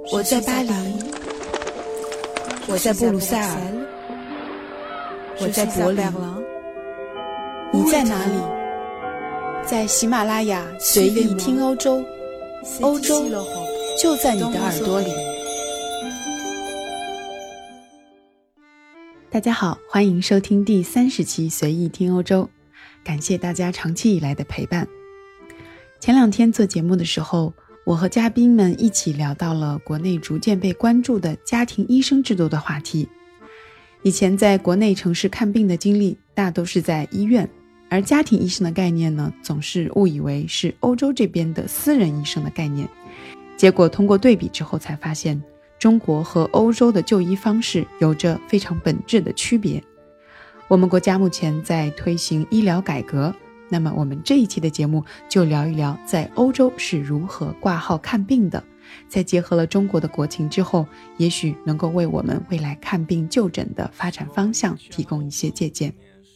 我在巴黎，我在布鲁塞尔，我在柏林，你在哪里？在喜马拉雅随意听欧洲，欧洲就在你的耳朵里。 大家好，欢迎收听第30期随意听欧洲，感谢大家长期以来的陪伴。前2天做节目的时候，我和嘉宾们一起聊到了国内逐渐被关注的家庭医生制度的话题。以前在国内城市看病的经历大都是在医院，而家庭医生的概念呢，总是误以为是欧洲这边的私人医生的概念。结果通过对比之后才发现，中国和欧洲的就医方式有着非常本质的区别。我们国家目前在推行医疗改革，那么我们这一期的节目就聊一聊在欧洲是如何挂号看病的，在结合了中国的国情之后，也许能够为我们未来看病就诊的发展方向提供一些借鉴。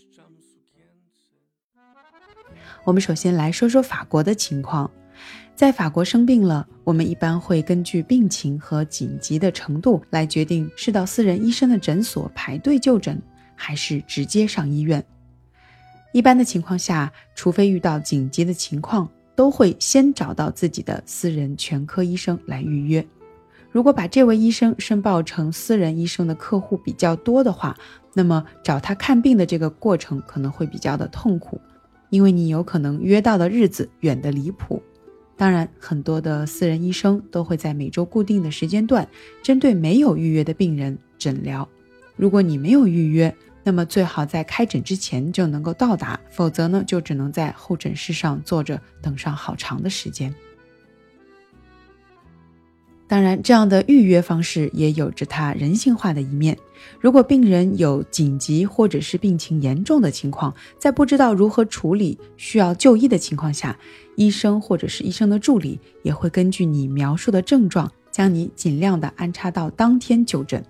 我们首先来说说法国的情况。在法国生病了，我们一般会根据病情和紧急的程度来决定是到私人医生的诊所排队就诊，还是直接上医院。一般的情况下，除非遇到紧急的情况，都会先找到自己的私人全科医生来预约。如果把这位医生申报成私人医生的客户比较多的话，那么找他看病的这个过程可能会比较的痛苦，因为你有可能约到的日子远得离谱。当然，很多的私人医生都会在每周固定的时间段，针对没有预约的病人诊疗。如果你没有预约，那么最好在开诊之前就能够到达，否则呢，就只能在候诊室上坐着等上好长的时间。当然，这样的预约方式也有着它人性化的一面。如果病人有紧急或者是病情严重的情况，在不知道如何处理需要就医的情况下，医生或者是医生的助理也会根据你描述的症状，将你尽量的安插到当天就诊。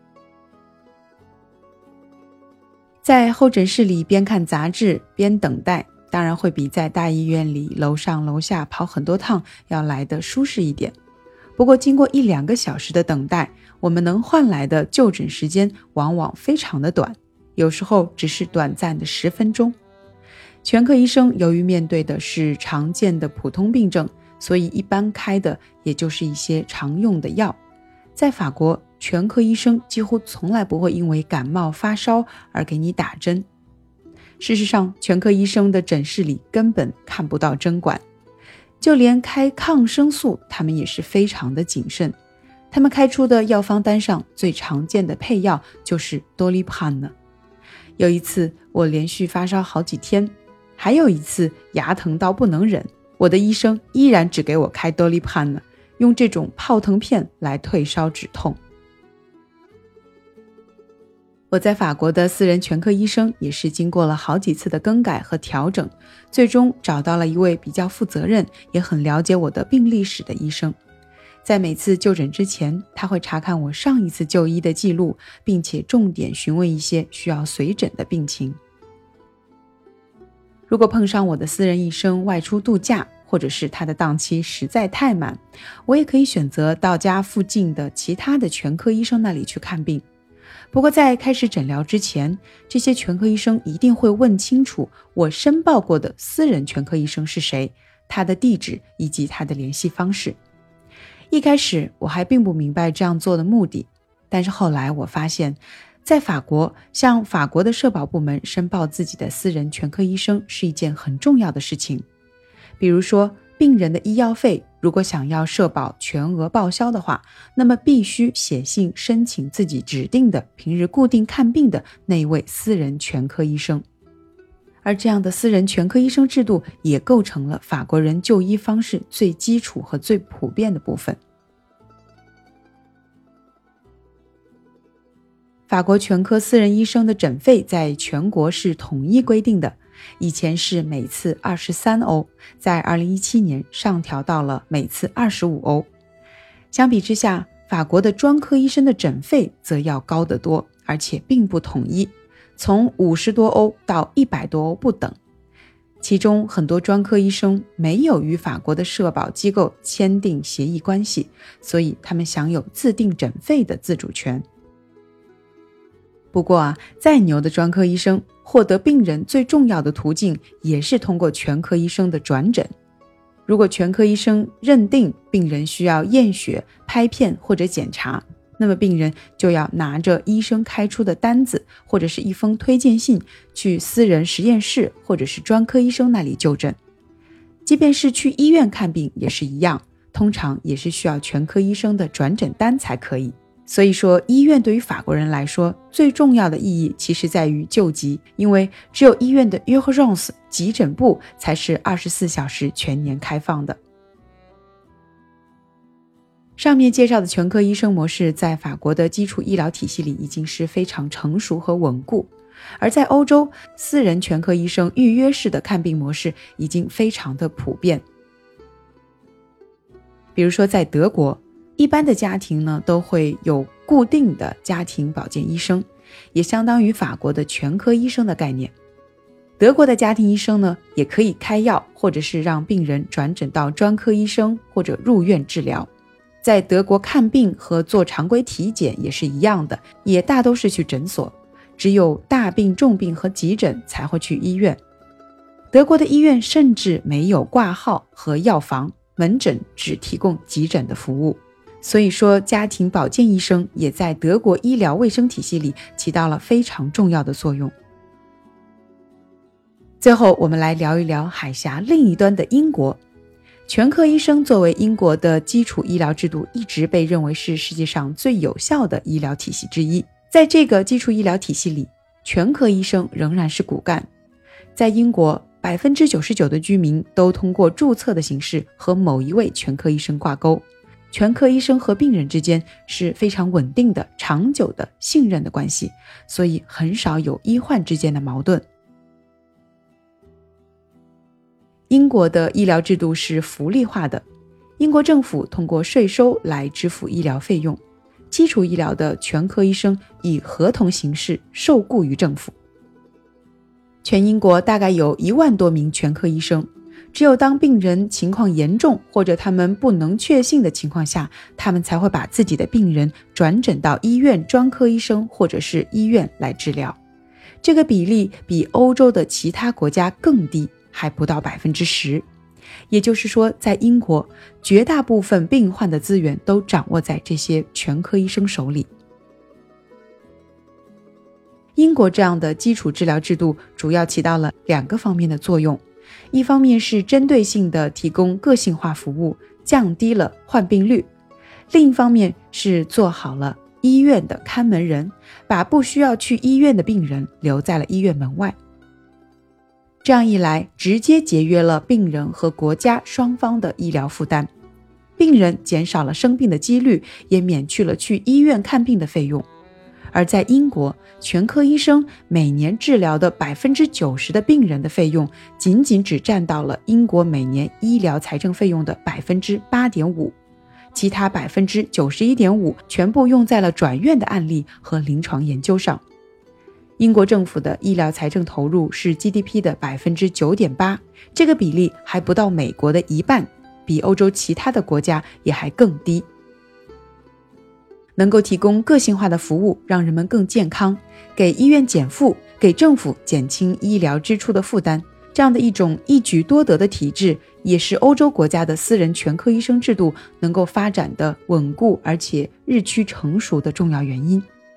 在候诊室里边看杂志边等待，当然会比在大医院里楼上楼下跑很多趟要来得舒适一点。不过经过1-2个小时的等待，我们能换来的就诊时间往往非常的短，有时候只是短暂的10分钟。全科医生由于面对的是常见的普通病症，所以一般开的也就是一些常用的药。在法国，全科医生几乎从来不会因为感冒发烧而给你打针。事实上，全科医生的诊室里根本看不到针管，就连开抗生素他们也是非常的谨慎。他们开出的药方单上最常见的配药就是多利潘呢。有一次我连续发烧好几天，还有一次牙疼到不能忍，我的医生依然只给我开多利潘呢，用这种泡腾片来退烧止痛。我在法国的私人全科医生也是经过了好几次的更改和调整，最终找到了一位比较负责任也很了解我的病历史的医生。在每次就诊之前，他会查看我上一次就医的记录，并且重点询问一些需要随诊的病情。如果碰上我的私人医生外出度假，或者是他的档期实在太满，我也可以选择到家附近的其他的全科医生那里去看病。不过在开始诊疗之前，这些全科医生一定会问清楚我申报过的私人全科医生是谁，他的地址以及他的联系方式。一开始我还并不明白这样做的目的，但是后来我发现，在法国，向法国的社保部门申报自己的私人全科医生是一件很重要的事情。比如说，病人的医药费如果想要社保全额报销的话，那么必须写信申请自己指定的平日固定看病的那一位私人全科医生。而这样的私人全科医生制度也构成了法国人就医方式最基础和最普遍的部分。法国全科私人医生的诊费在全国是统一规定的，以前是每次23欧，在2017年上调到了每次25欧。相比之下，法国的专科医生的诊费则要高得多，而且并不统一，从50多欧到100多欧不等。 其中很多专科医生没有与法国的社保机构签订协议关系，所以他们享有自定诊费的自主权。不过再牛的专科医生获得病人最重要的途径也是通过全科医生的转诊。如果全科医生认定病人需要验血、拍片或者检查，那么病人就要拿着医生开出的单子或者是一封推荐信去私人实验室或者是专科医生那里就诊。即便是去医院看病也是一样，通常也是需要全科医生的转诊单才可以。所以说，医院对于法国人来说最重要的意义其实在于救急，因为只有医院的 urgence 急诊部才是24小时全年开放的。上面介绍的全科医生模式在法国的基础医疗体系里已经是非常成熟和稳固，而在欧洲，私人全科医生预约式的看病模式已经非常的普遍。比如说在德国，一般的家庭呢都会有固定的家庭保健医生，也相当于法国的全科医生的概念。德国的家庭医生呢也可以开药，或者是让病人转诊到专科医生或者入院治疗。在德国看病和做常规体检也是一样的，也大都是去诊所，只有大病重病和急诊才会去医院。德国的医院甚至没有挂号和药房，门诊只提供急诊的服务。所以说，家庭保健医生也在德国医疗卫生体系里起到了非常重要的作用。最后，我们来聊一聊海峡另一端的英国。全科医生作为英国的基础医疗制度，一直被认为是世界上最有效的医疗体系之一。在这个基础医疗体系里，全科医生仍然是骨干。在英国，99%的居民都通过注册的形式和某一位全科医生挂钩。全科医生和病人之间是非常稳定的、长久的信任的关系，所以很少有医患之间的矛盾。英国的医疗制度是福利化的，英国政府通过税收来支付医疗费用，基础医疗的全科医生以合同形式受雇于政府。全英国大概有1万多名全科医生，只有当病人情况严重或者他们不能确信的情况下，他们才会把自己的病人转诊到医院专科医生或者是医院来治疗。这个比例比欧洲的其他国家更低，还不到 10%。 也就是说，在英国，绝大部分病患的资源都掌握在这些全科医生手里。英国这样的基础治疗制度主要起到了2个方面的作用，一方面是针对性的提供个性化服务，降低了患病率；另一方面是做好了医院的看门人，把不需要去医院的病人留在了医院门外。这样一来，直接节约了病人和国家双方的医疗负担，病人减少了生病的几率，也免去了去医院看病的费用。而在英国，全科医生每年治疗的 90% 的病人的费用，仅仅只占到了英国每年医疗财政费用的 8.5%， 其他 91.5% 全部用在了转院的案例和临床研究上。英国政府的医疗财政投入是 GDP 的 9.8%， 这个比例还不到美国的1半，比欧洲其他的国家也还更低。能够提供个性化的服务，让人们更健康，给医院减负，给政府减轻医疗支出的负担，这样的一种一举多得的体制，也是欧洲国家的私人全科医生制度能够发展的稳固而且日趋成熟的重要原因。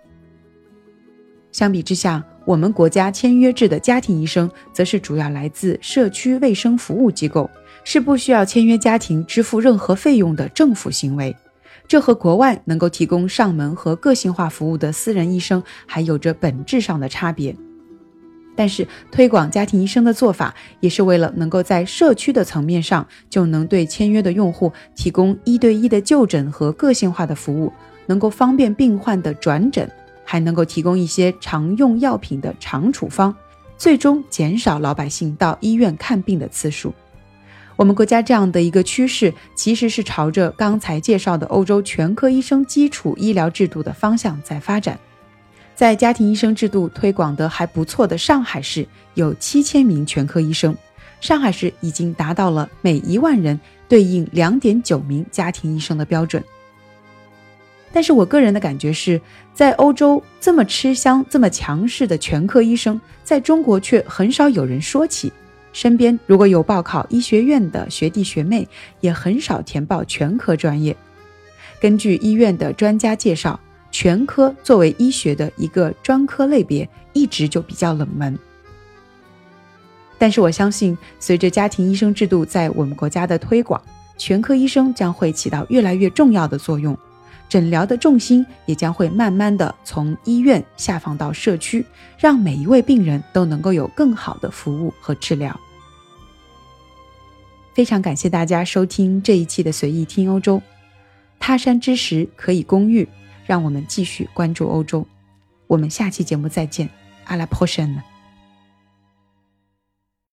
相比之下，我们国家签约制的家庭医生则是主要来自社区卫生服务机构，是不需要签约家庭支付任何费用的政府行为。这和国外能够提供上门和个性化服务的私人医生还有着本质上的差别。但是推广家庭医生的做法，也是为了能够在社区的层面上就能对签约的用户提供1对1的就诊和个性化的服务，能够方便病患的转诊，还能够提供一些常用药品的常处方，最终减少老百姓到医院看病的次数。我们国家这样的一个趋势，其实是朝着刚才介绍的欧洲全科医生基础医疗制度的方向在发展。在家庭医生制度推广得还不错的上海市，有7000名全科医生， 上海市已经达到了每1万人对应 2.9 名家庭医生的标准。但是我个人的感觉是，在欧洲这么吃香这么强势的全科医生，在中国却很少有人说起，身边如果有报考医学院的学弟学妹，也很少填报全科专业。根据医院的专家介绍，全科作为医学的一个专科类别，一直就比较冷门。但是我相信，随着家庭医生制度在我们国家的推广，全科医生将会起到越来越重要的作用，诊疗的重心也将会慢慢的从医院下放到社区，让每一位病人都能够有更好的服务和治疗。非常感谢大家收听这一期的随意听欧洲，他山之石可以攻玉，让我们继续关注欧洲。我们下期节目再见，à la prochaine。